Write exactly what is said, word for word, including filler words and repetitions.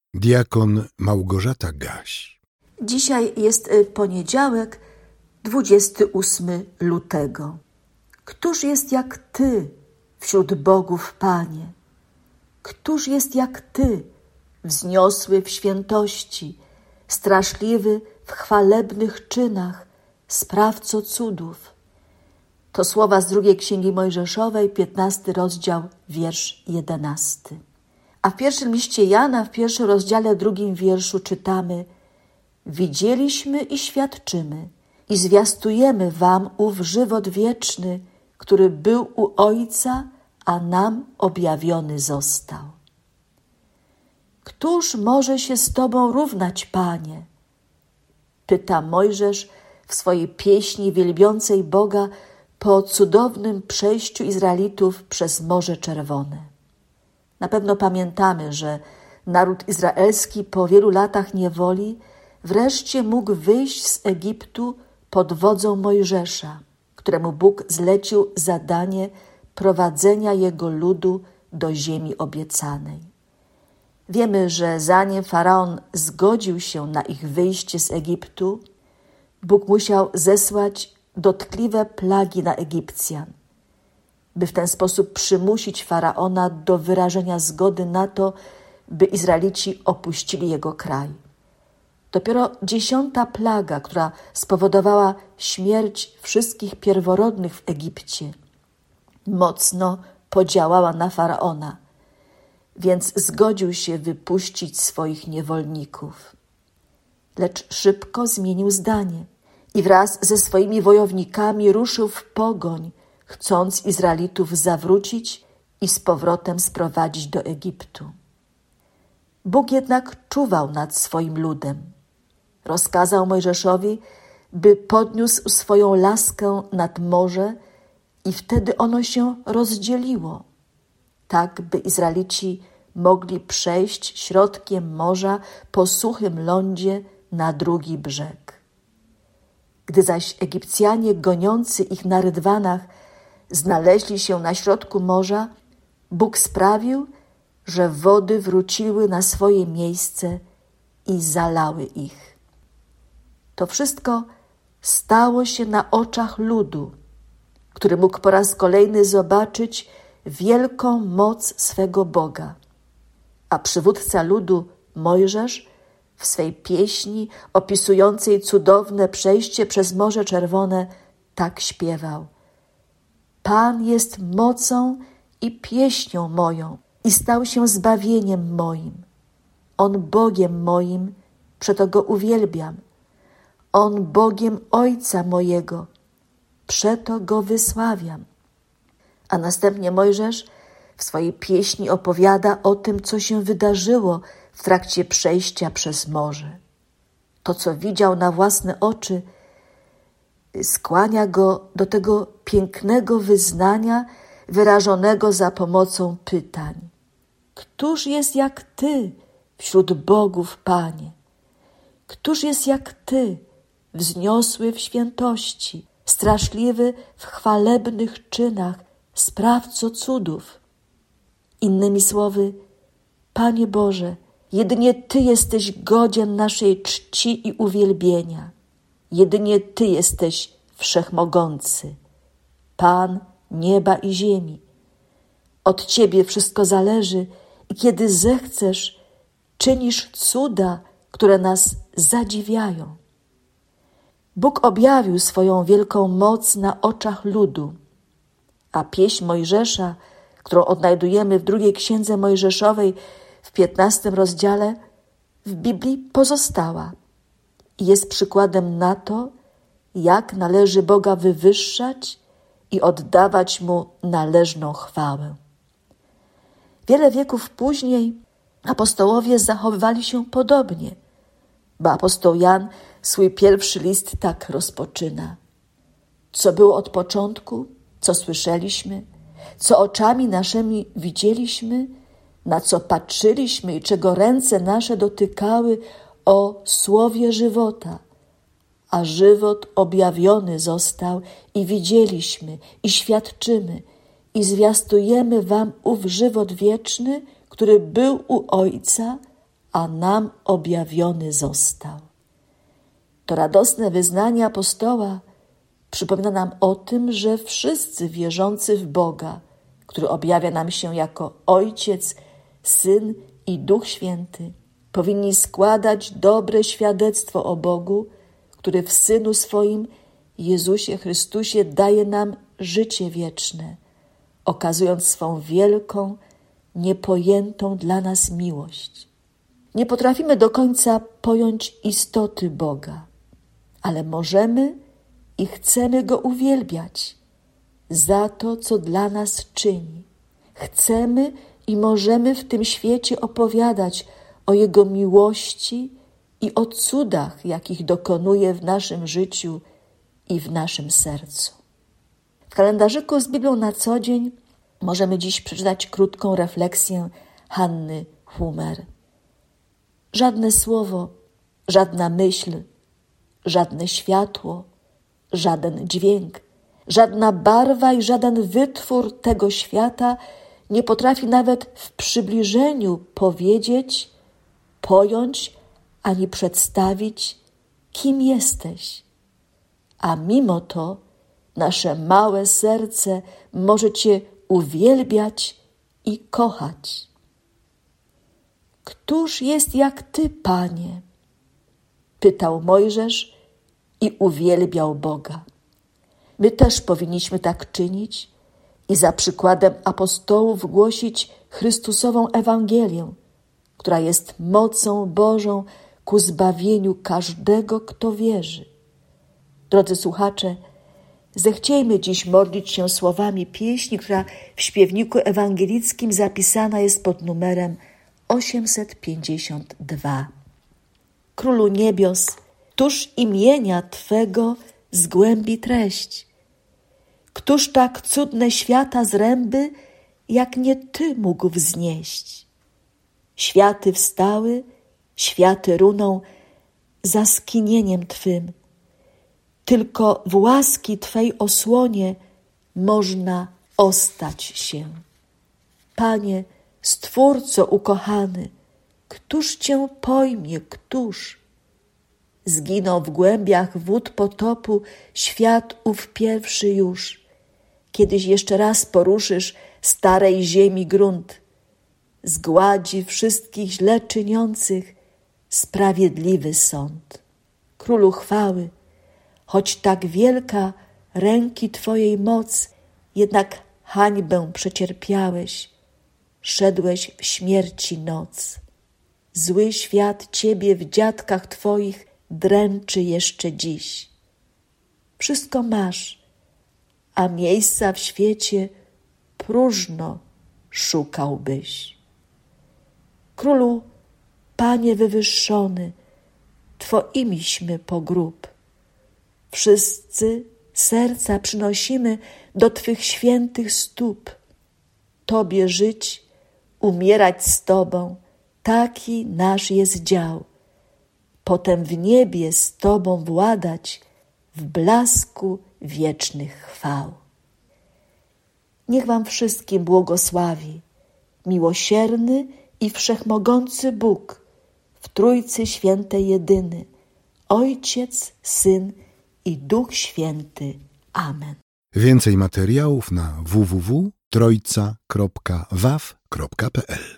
Diakon Małgorzata Gaś. Dzisiaj jest poniedziałek, dwudziestego ósmego lutego. Któż jest jak Ty wśród bogów, Panie? Któż jest jak Ty, wzniosły w świętości, straszliwy w chwalebnych czynach, sprawco cudów? To słowa z drugiej Księgi Mojżeszowej, piętnasty rozdział, wiersz jedenasty. A w pierwszym liście Jana, w pierwszym rozdziale, drugim wierszu czytamy: Widzieliśmy i świadczymy i zwiastujemy wam ów żywot wieczny, który był u Ojca, a nam objawiony został. Któż może się z Tobą równać, Panie? Pyta Mojżesz w swojej pieśni wielbiącej Boga po cudownym przejściu Izraelitów przez Morze Czerwone. Na pewno pamiętamy, że naród izraelski po wielu latach niewoli wreszcie mógł wyjść z Egiptu pod wodzą Mojżesza, któremu Bóg zlecił zadanie prowadzenia jego ludu do ziemi obiecanej. Wiemy, że zanim Faraon zgodził się na ich wyjście z Egiptu, Bóg musiał zesłać dotkliwe plagi na Egipcjan, by w ten sposób przymusić Faraona do wyrażenia zgody na to, by Izraelici opuścili jego kraj. Dopiero dziesiąta plaga, która spowodowała śmierć wszystkich pierworodnych w Egipcie, mocno podziałała na Faraona, więc zgodził się wypuścić swoich niewolników. Lecz szybko zmienił zdanie i wraz ze swoimi wojownikami ruszył w pogoń, chcąc Izraelitów zawrócić i z powrotem sprowadzić do Egiptu. Bóg jednak czuwał nad swoim ludem. Rozkazał Mojżeszowi, by podniósł swoją laskę nad morze i wtedy ono się rozdzieliło, tak by Izraelici mogli przejść środkiem morza po suchym lądzie na drugi brzeg. Gdy zaś Egipcjanie goniący ich na rydwanach znaleźli się na środku morza, Bóg sprawił, że wody wróciły na swoje miejsce i zalały ich. To wszystko stało się na oczach ludu, który mógł po raz kolejny zobaczyć wielką moc swego Boga. A przywódca ludu Mojżesz w swej pieśni opisującej cudowne przejście przez Morze Czerwone tak śpiewał: Pan jest mocą i pieśnią moją i stał się zbawieniem moim. On Bogiem moim, przeto Go uwielbiam. On Bogiem Ojca mojego, przeto Go wysławiam. A następnie Mojżesz w swojej pieśni opowiada o tym, co się wydarzyło w trakcie przejścia przez morze. To, co widział na własne oczy, skłania go do tego pięknego wyznania wyrażonego za pomocą pytań. Któż jest jak Ty wśród bogów, Panie? Któż jest jak Ty, wzniosły w świętości, straszliwy w chwalebnych czynach, sprawco cudów? Innymi słowy, Panie Boże, jedynie Ty jesteś godzien naszej czci i uwielbienia. Jedynie Ty jesteś wszechmogący, Pan nieba i ziemi. Od Ciebie wszystko zależy i kiedy zechcesz, czynisz cuda, które nas zadziwiają. Bóg objawił swoją wielką moc na oczach ludu, a pieśń Mojżesza, którą odnajdujemy w drugiej Księdze Mojżeszowej w piętnastym rozdziale, w Biblii pozostała i jest przykładem na to, jak należy Boga wywyższać i oddawać Mu należną chwałę. Wiele wieków później apostołowie zachowywali się podobnie, bo apostoł Jan swój pierwszy list tak rozpoczyna. Co było od początku, co słyszeliśmy, co oczami naszymi widzieliśmy, na co patrzyliśmy i czego ręce nasze dotykały, o słowie żywota. A żywot objawiony został i widzieliśmy, i świadczymy, i zwiastujemy wam ów żywot wieczny, który był u Ojca, a nam objawiony został. To radosne wyznanie apostoła przypomina nam o tym, że wszyscy wierzący w Boga, który objawia nam się jako Ojciec, Syn i Duch Święty, powinni składać dobre świadectwo o Bogu, który w Synu swoim, Jezusie Chrystusie, daje nam życie wieczne, okazując swą wielką, niepojętą dla nas miłość. Nie potrafimy do końca pojąć istoty Boga, ale możemy i chcemy Go uwielbiać za to, co dla nas czyni. Chcemy i możemy w tym świecie opowiadać o Jego miłości i o cudach, jakich dokonuje w naszym życiu i w naszym sercu. W kalendarzyku z Biblią na co dzień możemy dziś przeczytać krótką refleksję Hanny Humer. Żadne słowo, żadna myśl, żadne światło, żaden dźwięk, żadna barwa i żaden wytwór tego świata nie potrafi nawet w przybliżeniu powiedzieć, pojąć ani przedstawić, kim jesteś. A mimo to nasze małe serce może Cię uwielbiać i kochać. Któż jest jak Ty, Panie? Pytał Mojżesz i uwielbiał Boga. My też powinniśmy tak czynić i za przykładem apostołów głosić Chrystusową Ewangelię, która jest mocą Bożą ku zbawieniu każdego, kto wierzy. Drodzy słuchacze, zechciejmy dziś modlić się słowami pieśni, która w śpiewniku ewangelickim zapisana jest pod numerem osiemset pięćdziesiąt dwa. Królu niebios, któż imienia Twego zgłębi treść? Któż tak cudne świata zręby, jak nie Ty mógł wznieść? Światy wstały, światy runą za skinieniem Twym. Tylko w łaski Twej osłonie można ostać się. Panie, Stwórco ukochany, któż Cię pojmie, któż? Zginął w głębiach wód potopu świat ów pierwszy już. Kiedyś jeszcze raz poruszysz starej ziemi grunt. Zgładzi wszystkich źle czyniących sprawiedliwy sąd. Królu chwały, choć tak wielka ręki Twojej moc, jednak hańbę przecierpiałeś, szedłeś w śmierci noc. Zły świat Ciebie w dziadkach Twoich dręczy jeszcze dziś. Wszystko masz, a miejsca w świecie próżno szukałbyś. Królu, Panie wywyższony, Twoimiśmy po grób. Wszyscy serca przynosimy do Twych świętych stóp. Tobie żyć, umierać z Tobą, taki nasz jest dział. Potem w niebie z Tobą władać w blasku wiecznych chwał. Niech Wam wszystkim błogosławi miłosierny i wszechmogący Bóg, w Trójcy Świętej jedyny, Ojciec, Syn i Duch Święty. Amen. Więcej materiałów na w w w kropka trojca kropka w a w kropka p l